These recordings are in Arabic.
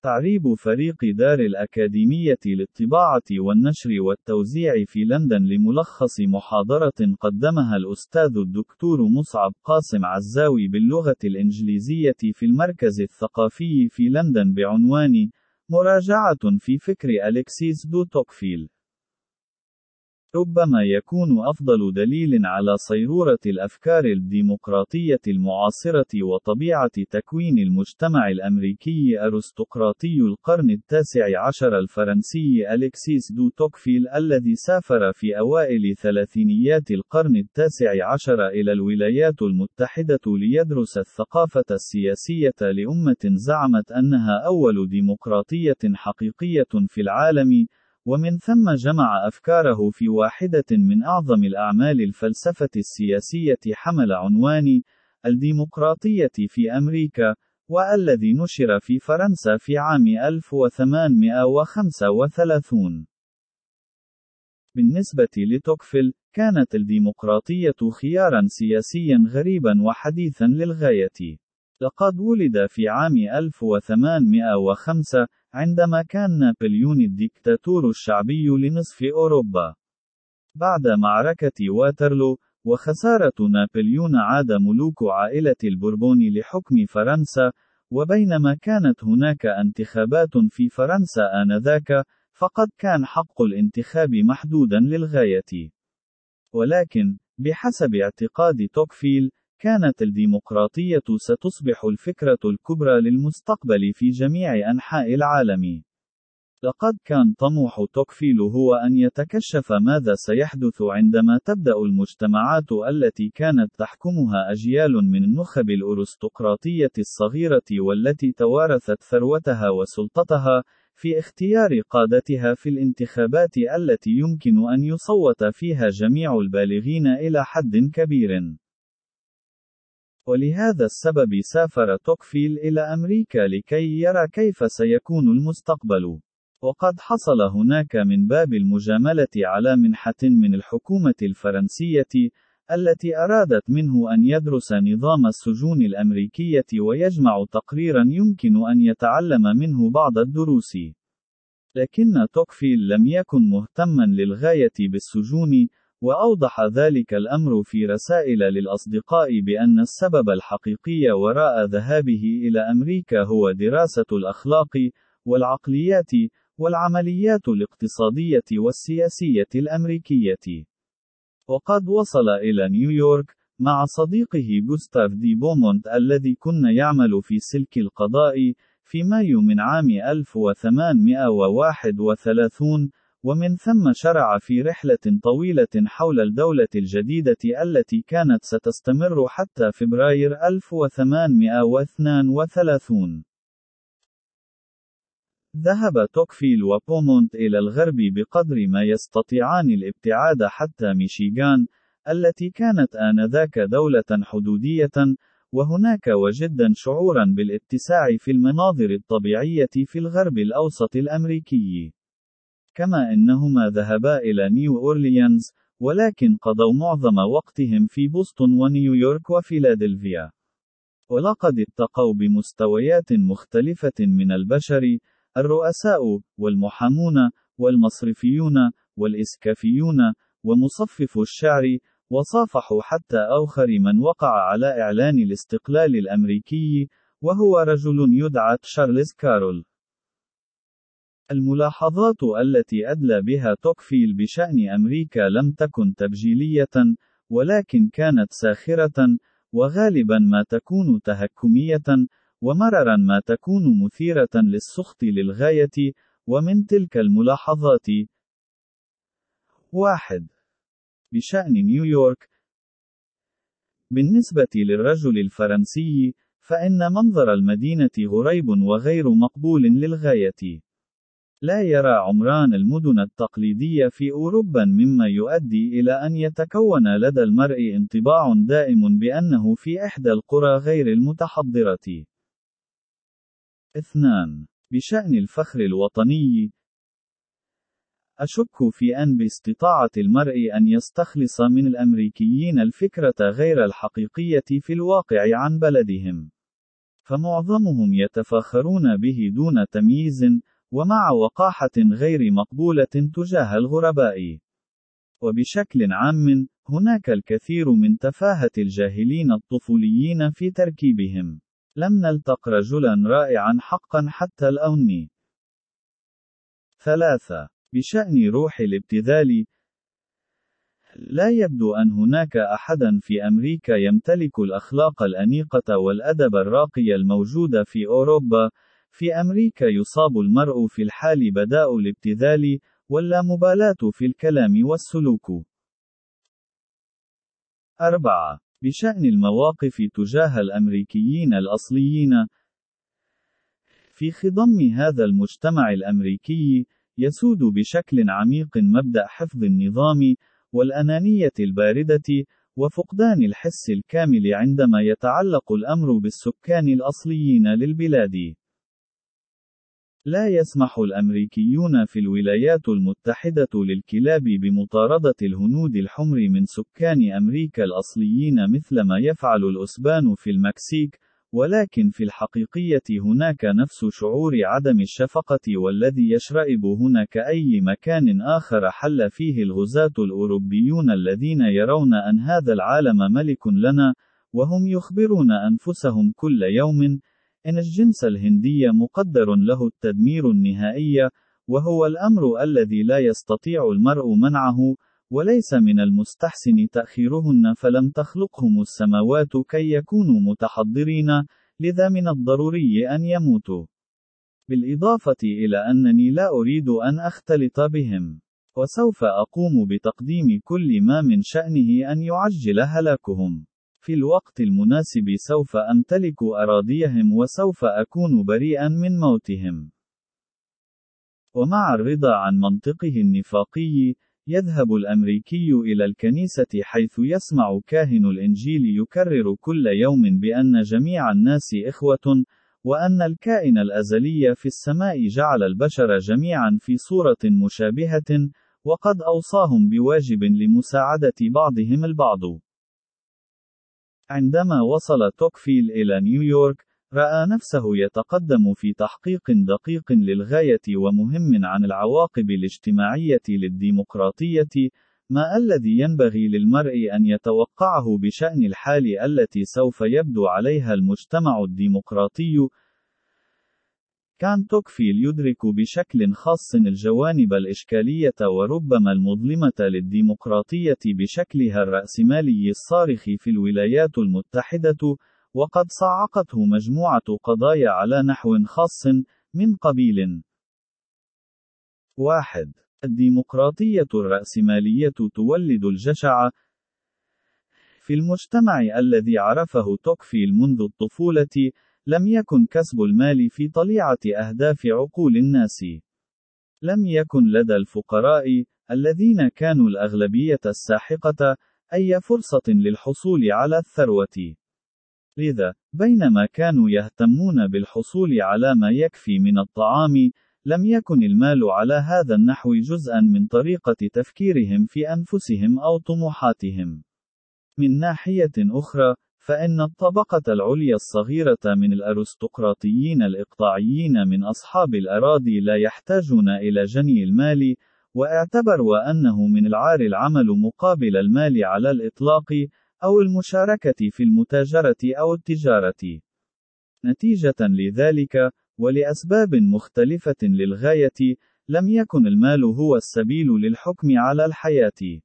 تعريب فريق دار الأكاديمية للطباعة والنشر والتوزيع في لندن لملخص محاضرة قدمها الأستاذ الدكتور مصعب قاسم عزاوي باللغة الإنجليزية في المركز الثقافي في لندن بعنوان مراجعة في فكر أليكسيس دو توكفيل. ربما يكون أفضل دليل على صيرورة الأفكار الديمقراطية المعاصرة وطبيعة تكوين المجتمع الأمريكي أرستقراطي القرن التاسع عشر الفرنسي أليكسيس دو توكفيل الذي سافر في أوائل ثلاثينيات القرن التاسع عشر إلى الولايات المتحدة ليدرس الثقافة السياسية لأمة زعمت أنها أول ديمقراطية حقيقية في العالم، ومن ثم جمع أفكاره في واحدة من أعظم الأعمال الفلسفة السياسية حمل عنوان الديمقراطية في أمريكا، والذي نشر في فرنسا في عام 1835. بالنسبة لتوكفيل، كانت الديمقراطية خيارا سياسيا غريبا وحديثا للغاية. لقد ولد في عام 1805 عندما كان نابليون الديكتاتور الشعبي لنصف أوروبا. بعد معركة واترلو وخسارة نابليون عاد ملوك عائلة البوربون لحكم فرنسا، وبينما كانت هناك انتخابات في فرنسا آنذاك، فقد كان حق الانتخاب محدودا للغاية. ولكن، بحسب اعتقاد توكفيل، كانت الديمقراطية ستصبح الفكرة الكبرى للمستقبل في جميع أنحاء العالم. لقد كان طموح توكفيل هو أن يتكشف ماذا سيحدث عندما تبدأ المجتمعات التي كانت تحكمها أجيال من النخب الأرستقراطية الصغيرة والتي توارثت ثروتها وسلطتها، في اختيار قادتها في الانتخابات التي يمكن أن يصوت فيها جميع البالغين إلى حد كبير. ولهذا السبب سافر توكفيل إلى أمريكا لكي يرى كيف سيكون المستقبل. وقد حصل هناك من باب المجاملة على منحة من الحكومة الفرنسية، التي أرادت منه أن يدرس نظام السجون الأمريكية ويجمع تقريرا يمكن أن يتعلم منه بعض الدروس. لكن توكفيل لم يكن مهتما للغاية بالسجون، وأوضح ذلك الأمر في رسائل للأصدقاء بأن السبب الحقيقي وراء ذهابه إلى أمريكا هو دراسة الأخلاق، والعقليات، والعمليات الاقتصادية والسياسية الأمريكية. وقد وصل إلى نيويورك مع صديقه جوستاف دي بومونت الذي كان يعمل في سلك القضاء في مايو من عام 1831، ومن ثم شرع في رحلة طويلة حول الدولة الجديدة التي كانت ستستمر حتى فبراير 1832. ذهب توكفيل وبومونت إلى الغرب بقدر ما يستطيعان الابتعاد حتى ميشيغان، التي كانت آنذاك دولة حدودية، وهناك وجدا شعورا بالاتساع في المناظر الطبيعية في الغرب الأوسط الأمريكي. كما أنهما ذهبا إلى نيو أورليانز، ولكن قضوا معظم وقتهم في بوسطن ونيويورك وفيلادلفيا. ولقد التقوا بمستويات مختلفة من البشر: الرؤساء، والمحامون، والمصرفيون، والإسكافيون، ومصفف الشعر، وصافحوا حتى آخر من وقع على إعلان الاستقلال الأمريكي، وهو رجل يدعى تشارلز كارول. الملاحظات التي أدلى بها توكفيل بشأن أمريكا لم تكن تبجيلية، ولكن كانت ساخرة، وغالبا ما تكون تهكمية، ومررا ما تكون مثيرة للسخط للغاية. ومن تلك الملاحظات: 1. بشأن نيويورك. بالنسبة للرجل الفرنسي، فإن منظر المدينة غريب وغير مقبول للغاية. لا يرى عمران المدن التقليدية في أوروبا مما يؤدي إلى أن يتكون لدى المرء انطباع دائم بأنه في إحدى القرى غير المتحضرة. 2. بشأن الفخر الوطني. أشك في أن باستطاعة المرء أن يستخلص من الأمريكيين الفكرة غير الحقيقية في الواقع عن بلدهم. فمعظمهم يتفاخرون به دون تمييز، ومع وقاحة غير مقبولة تجاه الغرباء. وبشكل عام، هناك الكثير من تفاهة الجاهلين الطفوليين في تركيبهم. لم نلتق رجلا رائعا حقا حتى الآن. 3. بشأن روح الابتذال، لا يبدو أن هناك أحدا في أمريكا يمتلك الأخلاق الأنيقة والأدب الراقي الموجود في أوروبا. في أمريكا يصاب المرء في الحال بداء الابتذال، واللامبالاة في الكلام والسلوك. 4. بشأن المواقف تجاه الأمريكيين الأصليين، في خضم هذا المجتمع الأمريكي، يسود بشكل عميق مبدأ حفظ النظام، والأنانية الباردة، وفقدان الحس الكامل عندما يتعلق الأمر بالسكان الأصليين للبلاد. لا يسمح الأمريكيون في الولايات المتحدة للكلاب بمطاردة الهنود الحمر من سكان أمريكا الأصليين مثلما يفعل الأسبان في المكسيك، ولكن في الحقيقية هناك نفس شعور عدم الشفقة والذي يشرئب هناك أي مكان آخر حل فيه الغزاة الأوروبيون الذين يرون أن هذا العالم ملك لنا، وهم يخبرون أنفسهم كل يوم إن الجنس الهندي مقدر له التدمير النهائي، وهو الأمر الذي لا يستطيع المرء منعه، وليس من المستحسن تأخيرهن، فلم تخلقهم السماوات كي يكونوا متحضرين، لذا من الضروري أن يموتوا. بالإضافة إلى أنني لا أريد أن أختلط بهم، وسوف أقوم بتقديم كل ما من شأنه أن يعجل هلاكهم. في الوقت المناسب سوف أمتلك أراضيهم وسوف أكون بريئا من موتهم. ومع الرضا عن منطقه النفاقي، يذهب الأمريكي إلى الكنيسة حيث يسمع كاهن الإنجيل يكرر كل يوم بأن جميع الناس إخوة، وأن الكائن الأزلي في السماء جعل البشر جميعا في صورة مشابهة، وقد أوصاهم بواجب لمساعدة بعضهم البعض. عندما وصل توكفيل إلى نيويورك، رأى نفسه يتقدم في تحقيق دقيق للغاية ومهم عن العواقب الاجتماعية للديمقراطية، ما الذي ينبغي للمرء أن يتوقعه بشأن الحال التي سوف يبدو عليها المجتمع الديمقراطي. كان توكفيل يدرك بشكل خاص الجوانب الإشكالية وربما المظلمة للديمقراطية بشكلها الرأسمالي الصارخ في الولايات المتحدة، وقد صعقته مجموعة قضايا على نحو خاص، من قبيل: 1. الديمقراطية الرأسمالية تولد الجشع. في المجتمع الذي عرفه توكفيل منذ الطفولة، لم يكن كسب المال في طليعة أهداف عقول الناس. لم يكن لدى الفقراء، الذين كانوا الأغلبية الساحقة، أي فرصة للحصول على الثروة. لذا، بينما كانوا يهتمون بالحصول على ما يكفي من الطعام، لم يكن المال على هذا النحو جزءا من طريقة تفكيرهم في أنفسهم أو طموحاتهم. من ناحية أخرى، فإن الطبقة العليا الصغيرة من الأرستقراطيين الإقطاعيين من أصحاب الأراضي لا يحتاجون إلى جني المال، واعتبروا أنه من العار العمل مقابل المال على الإطلاق، أو المشاركة في المتاجرة أو التجارة. نتيجة لذلك، ولأسباب مختلفة للغاية، لم يكن المال هو السبيل للحكم على الحياة.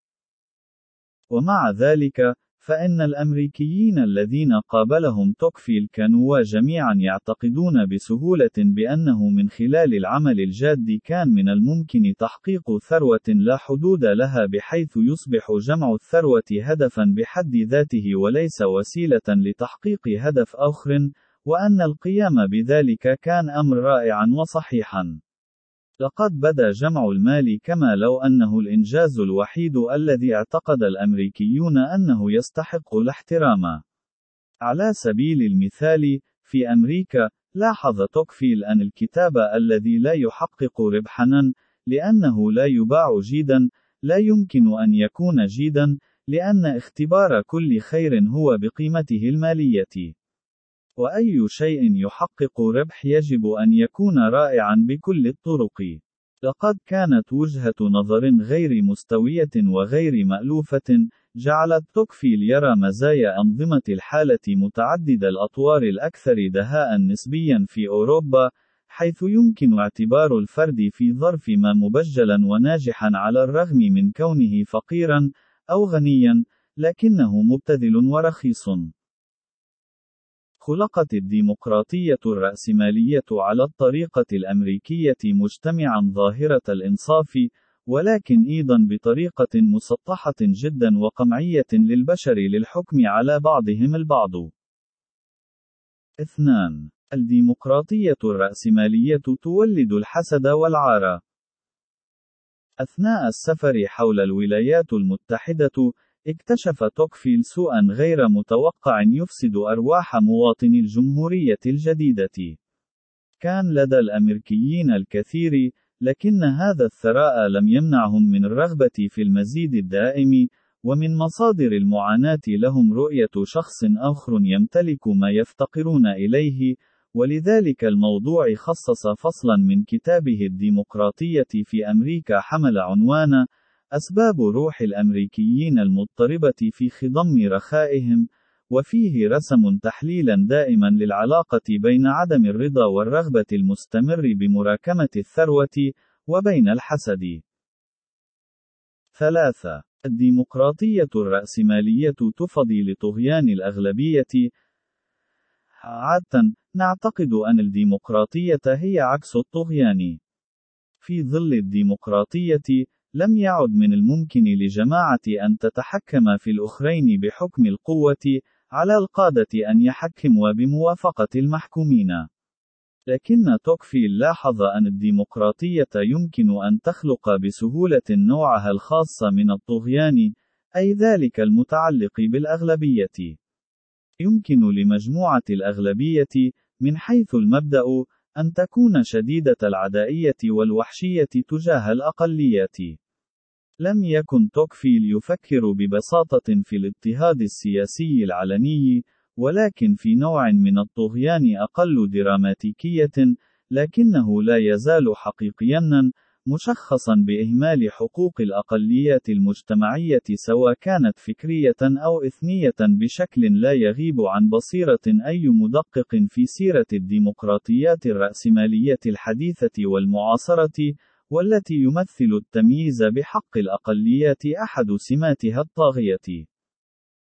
ومع ذلك، فإن الأمريكيين الذين قابلهم توكفيل كانوا جميعا يعتقدون بسهولة بأنه من خلال العمل الجاد كان من الممكن تحقيق ثروة لا حدود لها، بحيث يصبح جمع الثروة هدفا بحد ذاته وليس وسيلة لتحقيق هدف آخر، وأن القيام بذلك كان أمر رائعا وصحيحا. لقد بدا جمع المال كما لو أنه الإنجاز الوحيد الذي اعتقد الأمريكيون أنه يستحق الاحترام. على سبيل المثال، في أمريكا، لاحظ توكفيل أن الكتاب الذي لا يحقق ربحاً، لأنه لا يباع جيداً، لا يمكن أن يكون جيداً، لأن اختبار كل خير هو بقيمته المالية. وأي شيء يحقق ربح يجب أن يكون رائعًا بكل الطرق. لقد كانت وجهة نظر غير مستوية وغير مألوفة، جعلت توكفيل يرى مزايا أنظمة الحالة متعددة الأطوار الأكثر دهاءً نسبيًا في أوروبا، حيث يمكن اعتبار الفرد في ظرف ما مبجلاً وناجحاً على الرغم من كونه فقيراً أو غنياً، لكنه مبتذل ورخيص. خلقت الديمقراطية الرأسمالية على الطريقة الأمريكية مجتمعاً ظاهرة الإنصاف، ولكن أيضاً بطريقة مسطحة جداً وقمعية للبشر للحكم على بعضهم البعض. 2. الديمقراطية الرأسمالية تولد الحسد والعار. أثناء السفر حول الولايات المتحدة، اكتشف توكفيل سوءًا غير متوقع يفسد أرواح مواطني الجمهورية الجديدة. كان لدى الأمريكيين الكثير، لكن هذا الثراء لم يمنعهم من الرغبة في المزيد الدائم، ومن مصادر المعاناة لهم رؤية شخص آخر يمتلك ما يفتقرون إليه، ولذلك الموضوع خصص فصلاً من كتابه الديمقراطية في أمريكا حمل عنوان أسباب روح الأمريكيين المضطربة في خضم رخائهم، وفيه رسم تحليلاً دائماً للعلاقة بين عدم الرضا والرغبة المستمر بمراكمة الثروة، وبين الحسد. 3. الديمقراطية الرأسمالية تفضي لطغيان الأغلبية. عادة، نعتقد أن الديمقراطية هي عكس الطغيان. في ظل الديمقراطية، لم يعد من الممكن لجماعة أن تتحكم في الآخرين بحكم القوة، على القادة أن يحكموا بموافقة المحكومين. لكن توكفيل لاحظ أن الديمقراطية يمكن أن تخلق بسهولة نوعها الخاص من الطغيان، أي ذلك المتعلق بالأغلبية. يمكن لمجموعة الأغلبية، من حيث المبدأ، أن تكون شديدة العدائية والوحشية تجاه الأقليات. لم يكن توكفيل يفكر ببساطة في الاضطهاد السياسي العلني، ولكن في نوع من الطغيان أقل دراماتيكية، لكنه لا يزال حقيقياً، مشخصاً بإهمال حقوق الأقليات المجتمعية سواء كانت فكرية أو إثنية بشكل لا يغيب عن بصيرة أي مدقق في سيرة الديمقراطيات الرأسمالية الحديثة والمعاصرة، والتي يمثل التمييز بحق الأقليات أحد سماتها الطاغية.